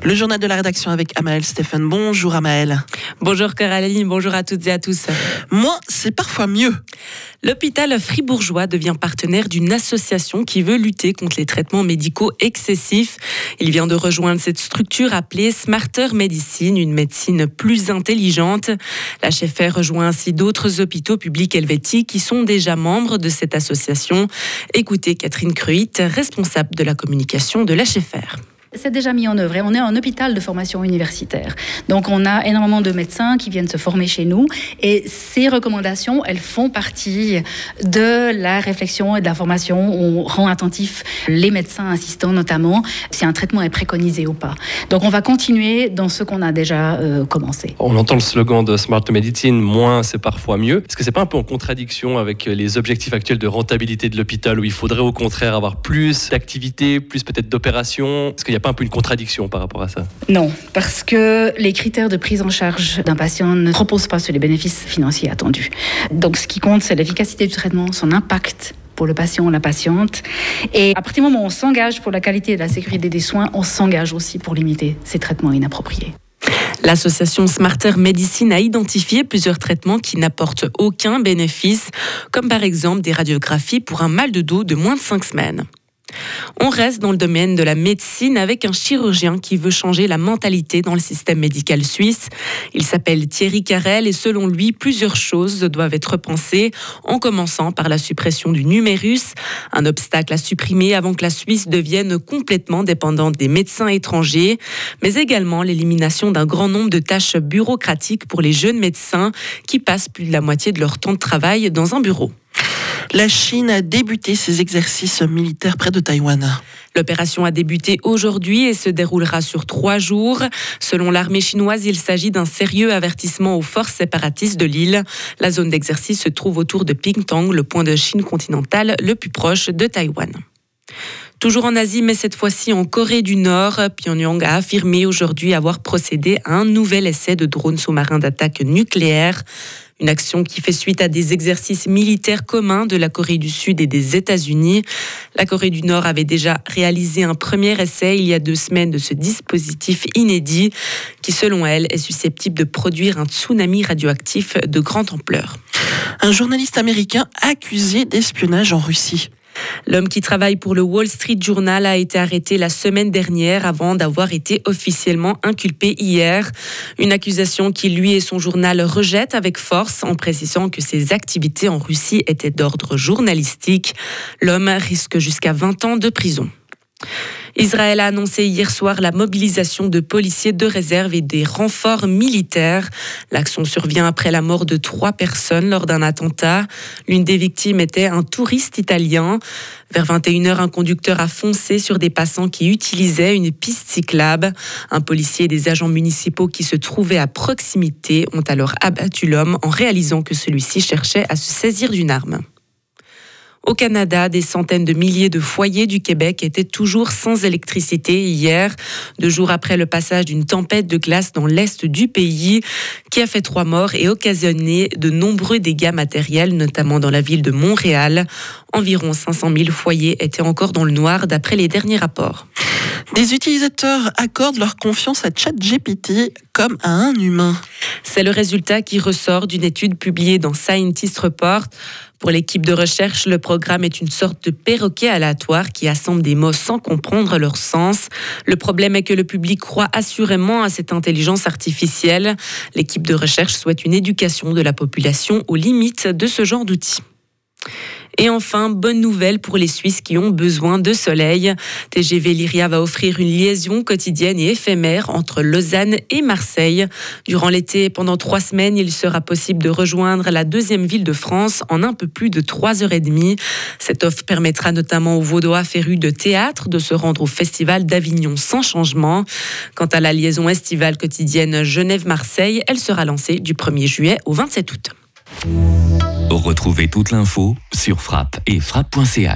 Le journal de la rédaction avec Amaël Stéphane. Bonjour Amaël. Bonjour Coraline, bonjour à toutes et à tous. Moins, c'est parfois mieux. L'hôpital fribourgeois devient partenaire d'une association qui veut lutter contre les traitements médicaux excessifs. Il vient de rejoindre cette structure appelée Smarter Medicine, une médecine plus intelligente. L'HFR rejoint ainsi d'autres hôpitaux publics helvétiques qui sont déjà membres de cette association. Écoutez Catherine Creuit, responsable de la communication de l'HFR. C'est déjà mis en œuvre et on est un hôpital de formation universitaire. Donc on a énormément de médecins qui viennent se former chez nous et ces recommandations, elles font partie de la réflexion et de la formation. On rend attentif les médecins assistants notamment si un traitement est préconisé ou pas. Donc on va continuer dans ce qu'on a déjà commencé. On entend le slogan de Smart Medicine, moins c'est parfois mieux. Est-ce que c'est pas un peu en contradiction avec les objectifs actuels de rentabilité de l'hôpital où il faudrait au contraire avoir plus d'activités, plus peut-être d'opérations? Est-ce qu'il n'y a pas un peu une contradiction par rapport à ça? Non, parce que les critères de prise en charge d'un patient ne reposent pas sur les bénéfices financiers attendus. Donc ce qui compte, c'est l'efficacité du traitement, son impact pour le patient ou la patiente. Et à partir du moment où on s'engage pour la qualité et la sécurité des soins, on s'engage aussi pour limiter ces traitements inappropriés. L'association Smarter Medicine a identifié plusieurs traitements qui n'apportent aucun bénéfice, comme par exemple des radiographies pour un mal de dos de moins de 5 semaines. On reste dans le domaine de la médecine avec un chirurgien qui veut changer la mentalité dans le système médical suisse. Il s'appelle Thierry Carrel et selon lui, plusieurs choses doivent être pensées, en commençant par la suppression du numérus, un obstacle à supprimer avant que la Suisse devienne complètement dépendante des médecins étrangers, mais également l'élimination d'un grand nombre de tâches bureaucratiques pour les jeunes médecins qui passent plus de la moitié de leur temps de travail dans un bureau. La Chine a débuté ses exercices militaires près de Taïwan. L'opération a débuté aujourd'hui et se déroulera sur 3 jours. Selon l'armée chinoise, il s'agit d'un sérieux avertissement aux forces séparatistes de l'île. La zone d'exercice se trouve autour de Pingtung, le point de Chine continentale le plus proche de Taïwan. Toujours en Asie, mais cette fois-ci en Corée du Nord, Pyongyang a affirmé aujourd'hui avoir procédé à un nouvel essai de drone sous-marin d'attaque nucléaire. Une action qui fait suite à des exercices militaires communs de la Corée du Sud et des États-Unis. La Corée du Nord avait déjà réalisé un premier essai il y a 2 semaines de ce dispositif inédit qui, selon elle, est susceptible de produire un tsunami radioactif de grande ampleur. Un journaliste américain accusé d'espionnage en Russie. L'homme qui travaille pour le Wall Street Journal a été arrêté la semaine dernière avant d'avoir été officiellement inculpé hier. Une accusation qui lui et son journal rejettent avec force en précisant que ses activités en Russie étaient d'ordre journalistique. L'homme risque jusqu'à 20 ans de prison. Israël a annoncé hier soir la mobilisation de policiers de réserve et des renforts militaires. L'action survient après la mort de 3 personnes lors d'un attentat. L'une des victimes était un touriste italien. Vers 21h, un conducteur a foncé sur des passants qui utilisaient une piste cyclable. Un policier et des agents municipaux qui se trouvaient à proximité ont alors abattu l'homme en réalisant que celui-ci cherchait à se saisir d'une arme. Au Canada, des centaines de milliers de foyers du Québec étaient toujours sans électricité hier, 2 jours après le passage d'une tempête de glace dans l'est du pays, qui a fait 3 morts et occasionné de nombreux dégâts matériels, notamment dans la ville de Montréal. Environ 500 000 foyers étaient encore dans le noir d'après les derniers rapports. Des utilisateurs accordent leur confiance à ChatGPT comme à un humain. C'est le résultat qui ressort d'une étude publiée dans Scientist Report. Pour l'équipe de recherche, le programme est une sorte de perroquet aléatoire qui assemble des mots sans comprendre leur sens. Le problème est que le public croit assurément à cette intelligence artificielle. L'équipe de recherche souhaite une éducation de la population aux limites de ce genre d'outils. Et enfin, bonne nouvelle pour les Suisses qui ont besoin de soleil. TGV Lyria va offrir une liaison quotidienne et éphémère entre Lausanne et Marseille. Durant l'été, pendant 3 semaines, il sera possible de rejoindre la 2e ville de France en un peu plus de 3h30. Cette offre permettra notamment aux Vaudois férus de théâtre de se rendre au Festival d'Avignon sans changement. Quant à la liaison estivale quotidienne Genève-Marseille, elle sera lancée du 1er juillet au 27 août. Retrouvez toute l'info sur frappe et frappe.ch.